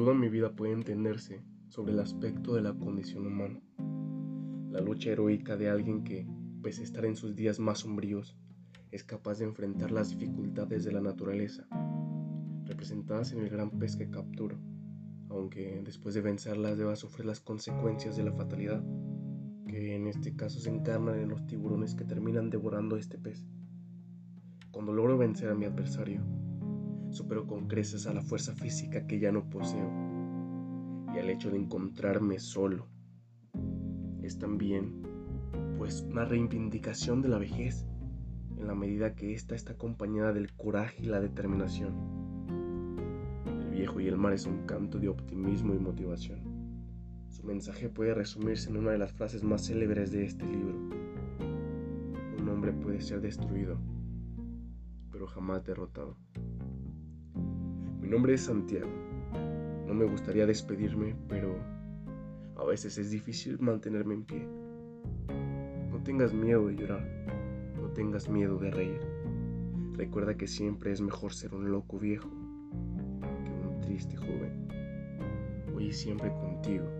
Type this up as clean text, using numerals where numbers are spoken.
toda mi vida puede entenderse sobre el aspecto de la condición humana, la lucha heroica de alguien que, pese a estar en sus días más sombríos, es capaz de enfrentar las dificultades de la naturaleza, representadas en el gran pez que captura, aunque después de vencerlas deba sufrir las consecuencias de la fatalidad, que en este caso se encarnan en los tiburones que terminan devorando a este pez. Cuando logro vencer a mi adversario, supero con creces a la fuerza física que ya no poseo, y al hecho de encontrarme solo es también, pues, una reivindicación de la vejez, en la medida que ésta está acompañada del coraje y la determinación. El viejo y el mar es un canto de optimismo y motivación. Su mensaje puede resumirse en una de las frases más célebres de este libro: un hombre puede ser destruido, pero jamás derrotado. Mi nombre es Santiago. No me gustaría despedirme, pero a veces es difícil mantenerme en pie. No tengas miedo de llorar, no tengas miedo de reír. Recuerda que siempre es mejor ser un loco viejo que un triste joven. Hoy y siempre contigo.